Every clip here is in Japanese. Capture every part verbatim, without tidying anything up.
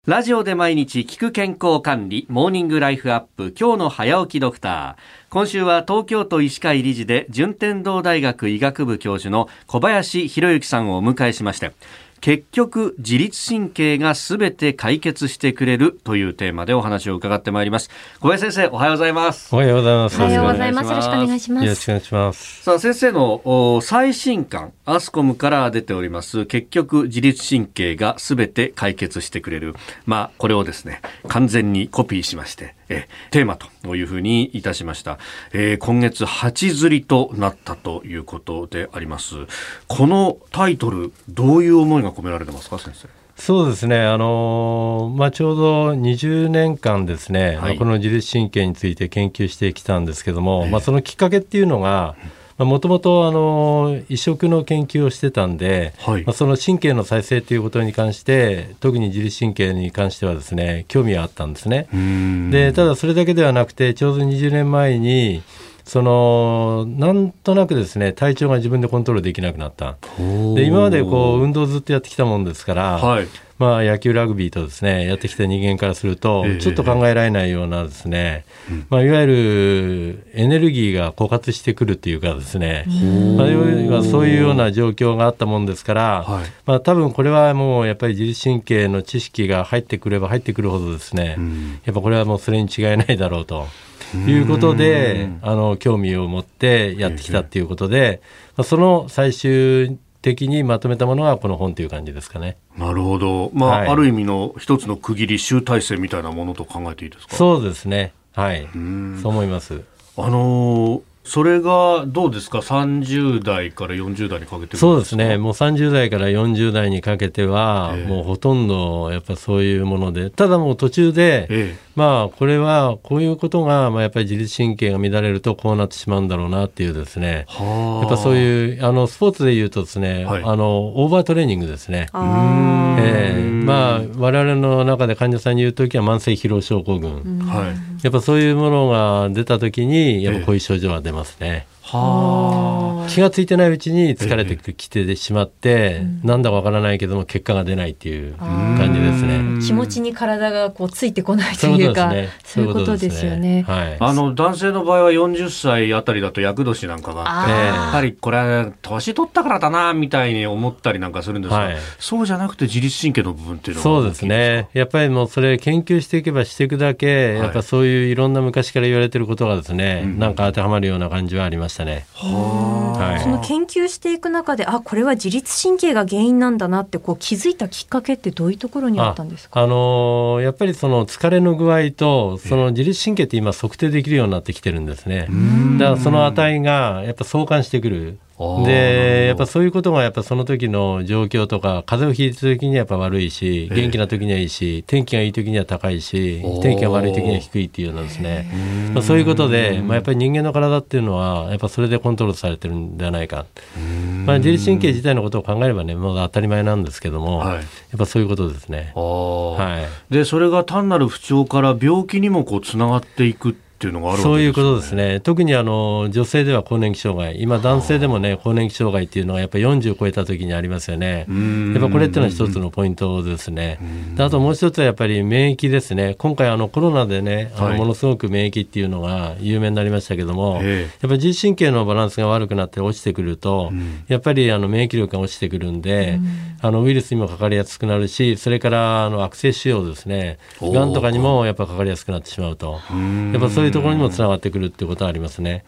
ラジオで毎日聞く健康管理モーニングライフアップ、今日の早起きドクター。今週は東京都医師会理事で順天堂大学医学部教授の小林博之さんをお迎えしまして、結局自律神経がすべて解決してくれるというテーマでお話を伺ってまいります。小林先生、おはようございます。 おはようございます。 おはようございます。よろしくお願いします。 よろしくお願いします。 さあ、先生の最新刊アスコムから出ております結局自律神経がすべて解決してくれる、まあこれをですね完全にコピーしましてえテーマというふうにいたしました。えー、今月初刷りとなったということであります。このタイトル、どういう思いが込められてますか、先生。 そうですね、あのーまあ、ちょうどにじゅうねんかんですね、はい、この自律神経について研究してきたんですけども、えーまあ、そのきっかけっていうのがもともと移植の研究をしてたんで、はいまあ、その神経の再生ということに関して特に自律神経に関してはですね興味があったんですね。でただそれだけではなくて、ちょうどにじゅうねんまえにそのなんとなくですね体調が自分でコントロールできなくなった。で今までこう運動をずっとやってきたもんですから、はいまあ、野球ラグビーとですねやってきた人間からすると、えー、ちょっと考えられないようなですね、うんまあ、いわゆるエネルギーが枯渇してくるというかですね、まあ、そういうような状況があったもんですから、はいまあ、多分これはもうやっぱり自律神経の知識が入ってくれば入ってくるほどですね、うん、やっぱこれはもうそれに違いないだろうということで、あの興味を持ってやってきたということで、まあ、その最終的にまとめたものがこの本という感じですかね。 なるほど、まあはい、ある意味の一つの区切り集大成みたいなものと考えていいですか。 そうですね、はい、そう思います。 あのーそれがどうですか、さんじゅう代からよんじゅう代にかけてるんですか。 そうですね、もうさんじゅう代からよんじゅう代にかけては、えー、もうほとんどやっぱそういうもので、ただもう途中で、えー、まあこれはこういうことが、まあ、やっぱり自律神経が乱れるとこうなってしまうんだろうなっていうですね、やっぱそういうあのスポーツでいうとですね、はい、あのオーバートレーニングですね。うーん、えー、まあ我々の中で患者さんに言うときは慢性疲労症候群、はい、やっぱそういうものが出たときにやっぱこういう症状が出ますね。えーは気がついてないうちに疲れてきてしまって、ええ、なんだかわからないけども結果が出ないっていう感じですね。 気持ちに体がこうついてこないというか、そういうことですよね。 はい、あの男性の場合はよんじゅっさいあたりだと厄年なんかがあって、やっぱりこれは年取ったからだなみたいに思ったりなんかするんですが、はい、そうじゃなくて自律神経の部分っていうのはそうですね、やっぱりもうそれ研究していけばしていくだけ、はい、やっぱそういういろんな昔から言われてることがですね、うん、なんか当てはまるような感じはありましたね。 はい、その研究していく中で、あ、これは自律神経が原因なんだなってこう気づいたきっかけってどういうところにあったんですか。 あ、あのー、やっぱりその疲れの具合とその自律神経って今測定できるようになってきてるんですね。だからその値がやっぱ相関してくる。でやっぱそういうことがやっぱその時の状況とか、風邪をひいた時にはやっぱ悪いし、元気な時にはいいし、天気がいい時には高いし、天気が悪い時には低いっていうようなですね、まあ、そういうことで、まあ、やっぱり人間の体っていうのはやっぱそれでコントロールされてるんではないか。まあ、自律神経自体のことを考えればね、もう当たり前なんですけども、はい、やっぱそういうことですね。 はい、でそれが単なる不調から病気にもこうつながっていくっていうのがあるわけですよね。 そういうことですね。特にあの女性では更年期障害、今男性でもね更年期障害っていうのがやっぱりよんじゅう超えた時にありますよね。やっぱこれっていうのは一つのポイントですね。であともう一つはやっぱり免疫ですね。今回あのコロナでね、あのものすごく免疫っていうのが有名になりましたけども、はい、やっぱり自律神経のバランスが悪くなって落ちてくると、やっぱりあの免疫力が落ちてくるんで、あのウイルスにもかかりやすくなるし、それからあの悪性腫瘍ですね、がんとかにもやっぱかかりやすくなってしまうと、やっぱそういうところにもつながってくるってことはありますね。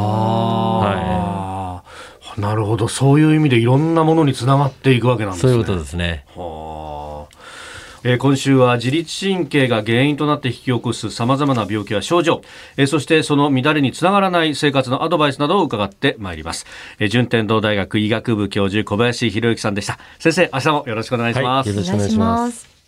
は、はい、なるほど、そういう意味でいろんなものにつながっていくわけなんですね。 そういうことですね。 は、えー、今週は自律神経が原因となって引き起こすさまざまな病気や症状、えー、そしてその乱れにつながらない生活のアドバイスなどを伺ってまいります。えー、順天堂大学医学部教授小林博之さんでした。先生、明日もよろしくお願いします。 はい、よろしくお願いします。